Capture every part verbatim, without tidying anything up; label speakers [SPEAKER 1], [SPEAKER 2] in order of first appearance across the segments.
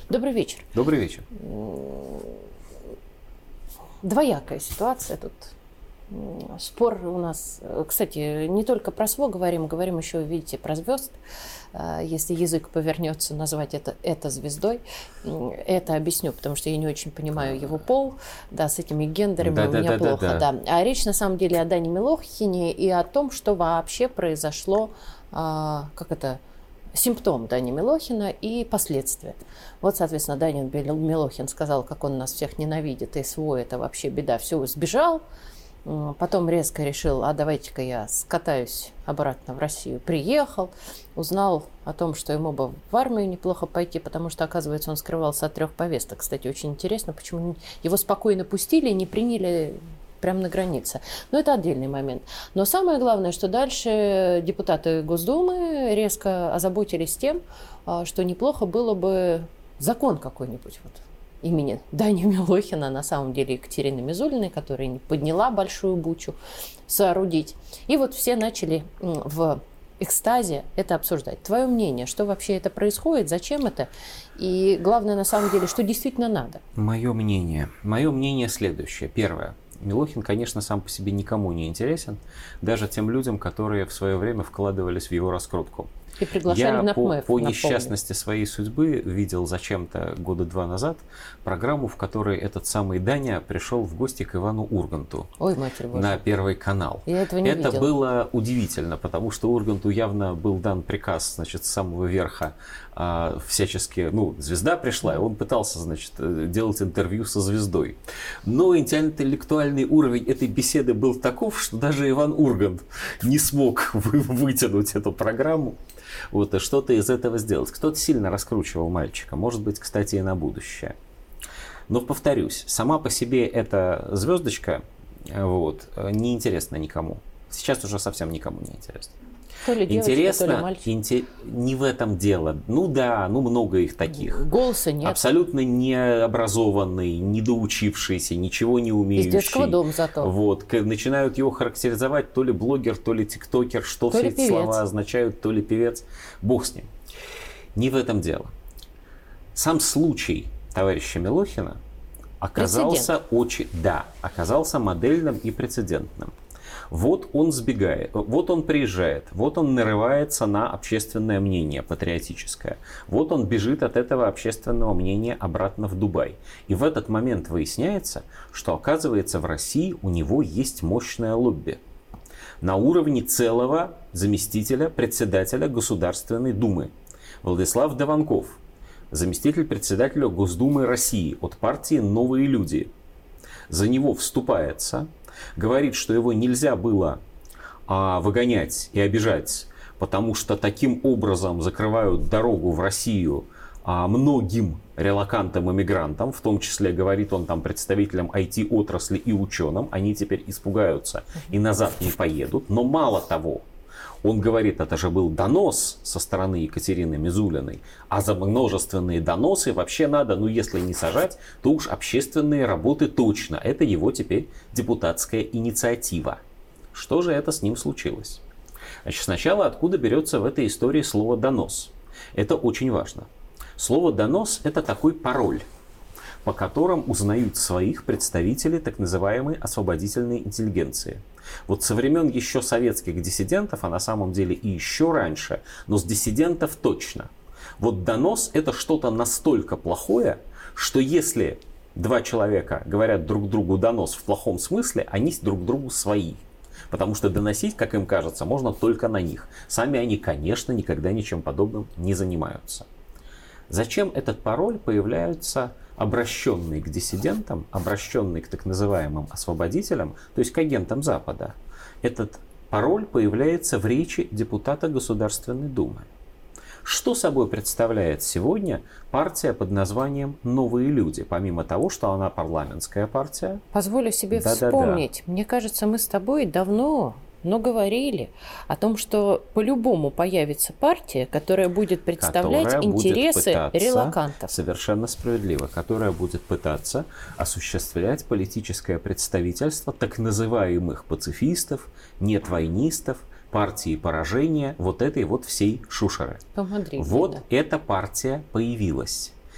[SPEAKER 1] Добрый вечер.
[SPEAKER 2] Добрый вечер.
[SPEAKER 1] Двоякая ситуация тут. Спор у нас, кстати, не только про СВО говорим, говорим еще, видите, про звезд. Если язык повернется, назвать это, это звездой. Это объясню, потому что я не очень понимаю его пол. Да, с этими гендерами да, у да, меня да, плохо. Да, да. Да. А речь на самом деле о Дане Милохине и о том, что вообще произошло, как это, симптом Дани Милохина и последствия. Вот, соответственно, Даня Милохин сказал, как он нас всех ненавидит, и СВО это вообще беда, все, сбежал. Потом резко решил, а давайте-ка я скатаюсь обратно в Россию. Приехал, узнал о том, что ему бы в армию неплохо пойти, потому что, оказывается, он скрывался от трех повесток. Кстати, очень интересно, почему его спокойно пустили и не приняли прямо на границе. Но это отдельный момент. Но самое главное, что дальше депутаты Госдумы резко озаботились тем, что неплохо было бы закон какой-нибудь вот имени Дани Милохина, на самом деле Екатерины Мизулиной, которая подняла большую бучу, соорудить. И вот все начали в экстазе это обсуждать. Твое мнение, что вообще это происходит, зачем это? И главное, на самом деле, что действительно надо?
[SPEAKER 2] Мое мнение. Мое мнение следующее. Первое. Милохин, конечно, сам по себе никому не интересен, даже тем людям, которые в свое время вкладывались в его раскрутку.
[SPEAKER 1] И приглашали
[SPEAKER 2] Я
[SPEAKER 1] на
[SPEAKER 2] по,
[SPEAKER 1] ПМЭФ,
[SPEAKER 2] по несчастности своей судьбы видел зачем-то года два назад программу, в которой этот самый Даня пришел в гости к Ивану Урганту.
[SPEAKER 1] Ой, Матерь Божья.
[SPEAKER 2] На Первый канал.
[SPEAKER 1] Я этого не
[SPEAKER 2] Это
[SPEAKER 1] видела.
[SPEAKER 2] было удивительно, потому что Урганту явно был дан приказ, значит, с самого верха а, всячески, ну, звезда пришла, и он пытался, значит, делать интервью со звездой. Но интеллектуальный уровень этой беседы был таков, что даже Иван Ургант не смог вытянуть эту программу. Вот, и что-то из этого сделать. Кто-то сильно раскручивал мальчика, может быть, кстати, и на будущее. Но повторюсь, сама по себе эта звездочка вот, неинтересна никому. Сейчас уже совсем никому не интересно.
[SPEAKER 1] То ли девочка,
[SPEAKER 2] интересно,
[SPEAKER 1] то ли мальчик.
[SPEAKER 2] Инте... не в этом дело. Ну да, ну много их таких.
[SPEAKER 1] Голоса нет.
[SPEAKER 2] Абсолютно необразованный, недоучившийся, ничего не умеющий.
[SPEAKER 1] Из детского дома зато.
[SPEAKER 2] Вот, начинают его характеризовать то ли блогер, то ли тиктокер, что
[SPEAKER 1] то
[SPEAKER 2] все эти слова означают, то ли певец. Бог с ним. Не в этом дело. Сам случай товарища Милохина оказался очень, да, оказался модельным и прецедентным. Вот он сбегает, вот он приезжает, вот он нарывается на общественное мнение патриотическое. Вот он бежит от этого общественного мнения обратно в Дубай. И в этот момент выясняется, что, оказывается, в России у него есть мощное лобби. На уровне целого заместителя председателя Государственной Думы. Владислав Дованков, заместитель председателя Госдумы России от партии «Новые люди». За него вступается, говорит, что его нельзя было а, выгонять и обижать, потому что таким образом закрывают дорогу в Россию а, многим релокантам и мигрантам, в том числе, говорит он там представителям ай ти-отрасли и ученым, они теперь испугаются и назад не поедут. Но мало того, он говорит, это же был донос со стороны Екатерины Мизулиной, а за множественные доносы вообще надо, ну если не сажать, то уж общественные работы точно. Это его теперь депутатская инициатива. Что же это с ним случилось? Значит, сначала откуда берется в этой истории слово «донос»? Это очень важно. Слово «донос» — это такой пароль, по которым узнают своих представителей так называемой освободительной интеллигенции. Вот со времен еще советских диссидентов, а на самом деле и еще раньше, но с диссидентов точно. Вот донос — это что-то настолько плохое, что если два человека говорят друг другу донос в плохом смысле, они друг другу свои. Потому что доносить, как им кажется, можно только на них. Сами они, конечно, никогда ничем подобным не занимаются. Зачем этот пароль появляется обращенный к диссидентам, обращенный к так называемым освободителям, то есть к агентам Запада? Этот пароль появляется в речи депутата Государственной Думы. Что собой представляет сегодня партия под названием «Новые люди», помимо того, что она парламентская партия?
[SPEAKER 1] Позволю себе
[SPEAKER 2] Да-да-да.
[SPEAKER 1] вспомнить. Мне кажется, мы с тобой давно... но говорили о том, что по-любому появится партия, которая будет представлять
[SPEAKER 2] которая
[SPEAKER 1] интересы
[SPEAKER 2] будет пытаться,
[SPEAKER 1] релокантов.
[SPEAKER 2] Совершенно справедливо, которая будет пытаться осуществлять политическое представительство так называемых пацифистов, нетвойнистов, партии поражения, вот этой вот всей шушеры.
[SPEAKER 1] Помадрили,
[SPEAKER 2] вот
[SPEAKER 1] да.
[SPEAKER 2] эта партия появилась.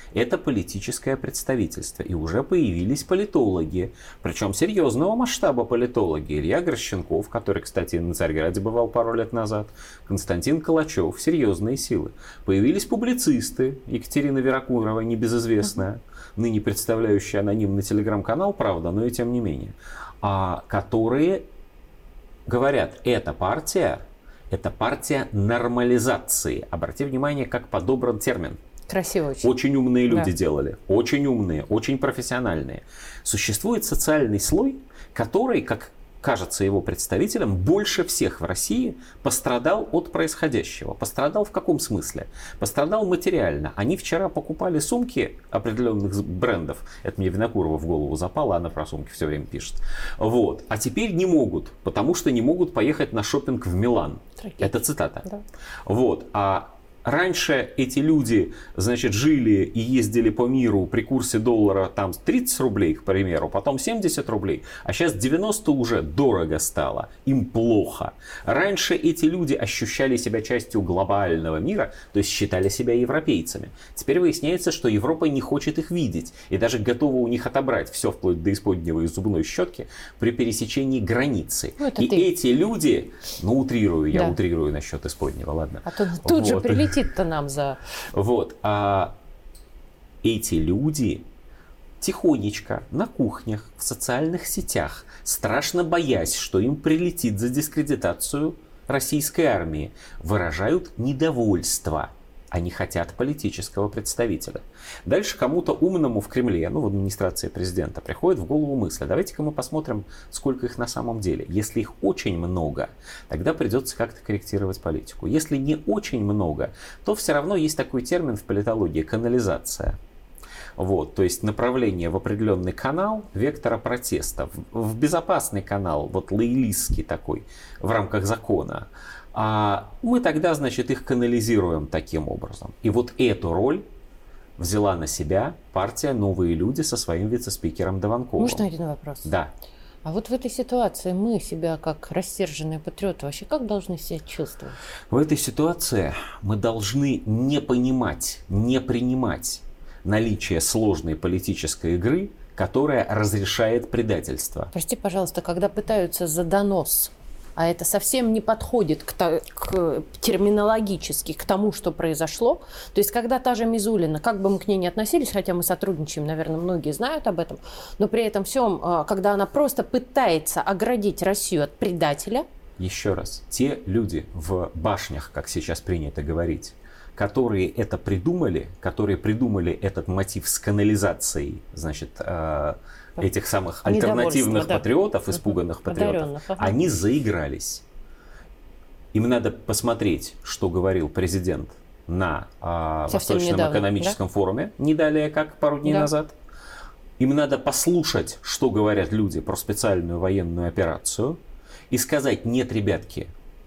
[SPEAKER 2] это политическое представительство. И уже появились политологи, причем серьезного масштаба политологи. Илья Грощенков, который, кстати, на Царьграде бывал пару лет назад, Константин Калачев, серьезные силы. Появились публицисты, Екатерина Винокурова, небезызвестная, ныне представляющая анонимный телеграм-канал, правда, но и тем не менее, а, которые говорят, эта партия, это партия нормализации. Обрати внимание, как подобран термин.
[SPEAKER 1] Красиво очень.
[SPEAKER 2] Очень умные люди
[SPEAKER 1] да.
[SPEAKER 2] делали. Очень умные, очень профессиональные. Существует социальный слой, который, как кажется его представителям, больше всех в России пострадал от происходящего. Пострадал в каком смысле? Пострадал материально. Они вчера покупали сумки определенных брендов. Это мне Винокурова в голову запало, она про сумки все время пишет. Вот. А теперь не могут, потому что не могут поехать на шопинг в Милан. Трагедия. Это цитата.
[SPEAKER 1] Да.
[SPEAKER 2] Вот. А раньше эти люди, значит, жили и ездили по миру при курсе доллара там тридцать рублей, к примеру, потом семьдесят рублей, а сейчас девяносто уже дорого стало, им плохо. Раньше эти люди ощущали себя частью глобального мира, то есть считали себя европейцами. Теперь выясняется, что Европа не хочет их видеть и даже готова у них отобрать все вплоть до исподнего и зубной щетки при пересечении границы. Ну, и ты. Эти люди, ну утрирую, я да. утрирую насчет исподнего, ладно.
[SPEAKER 1] А то тут вот. же прилетит то нам за...
[SPEAKER 2] Вот. А эти люди тихонечко на кухнях, в социальных сетях, страшно боясь, что им прилетит за дискредитацию российской армии, выражают недовольство. Они хотят политического представителя. Дальше кому-то умному в Кремле, ну в администрации президента, приходит в голову мысль: давайте-ка мы посмотрим, сколько их на самом деле. Если их очень много, тогда придется как-то корректировать политику. Если не очень много, то все равно есть такой термин в политологии — канализация. Вот, то есть направление в определенный канал вектора протеста, в, в безопасный канал, вот лоялистский такой, в рамках закона. А мы тогда, значит, их канализируем таким образом. И вот эту роль взяла на себя партия «Новые люди» со своим вице-спикером Дованковым.
[SPEAKER 1] Можно один вопрос?
[SPEAKER 2] Да.
[SPEAKER 1] А вот в этой ситуации мы себя, как рассерженные патриоты, вообще как должны себя чувствовать?
[SPEAKER 2] В этой ситуации мы должны не понимать, не принимать наличие сложной политической игры, которая разрешает предательство.
[SPEAKER 1] Прости, пожалуйста, когда пытаются за донос, а это совсем не подходит к, к, терминологически к тому, что произошло. То есть, когда та же Мизулина, как бы мы к ней ни относились, хотя мы сотрудничаем, наверное, многие знают об этом, но при этом всем, когда она просто пытается оградить Россию от предателя.
[SPEAKER 2] Еще раз, те люди в башнях, как сейчас принято говорить, которые это придумали, которые придумали этот мотив с канализацией, значит, этих самых альтернативных да. патриотов, испуганных патриотов, ага. они заигрались. Им надо посмотреть, что говорил президент на а, Восточном недавно, экономическом да? форуме, не далее, как пару дней да. назад. Им надо послушать, что говорят люди про специальную военную операцию, и сказать: нет, ребятки,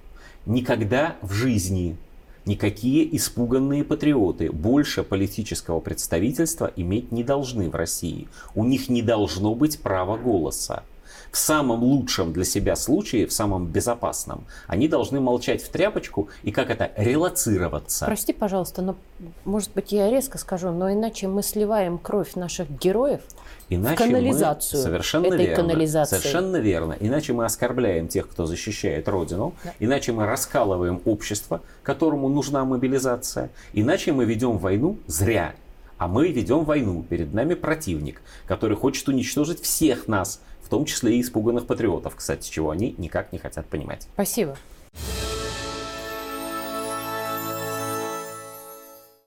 [SPEAKER 2] никогда в жизни никакие испуганные патриоты больше политического представительства иметь не должны в России. У них не должно быть права голоса. В самом лучшем для себя случае, в самом безопасном, они должны молчать в тряпочку и, как это, релацироваться.
[SPEAKER 1] Прости, пожалуйста, но, может быть, я резко скажу, но иначе мы сливаем кровь наших героев
[SPEAKER 2] Иначе
[SPEAKER 1] в канализацию
[SPEAKER 2] мы, совершенно
[SPEAKER 1] этой
[SPEAKER 2] верно,
[SPEAKER 1] канализации.
[SPEAKER 2] Совершенно верно. Иначе мы оскорбляем тех, кто защищает Родину. Да. Иначе мы раскалываем общество, которому нужна мобилизация. Иначе мы ведем войну зря. А мы ведем войну. Перед нами противник, который хочет уничтожить всех нас, в том числе и испуганных патриотов, кстати, чего они никак не хотят понимать.
[SPEAKER 1] Спасибо.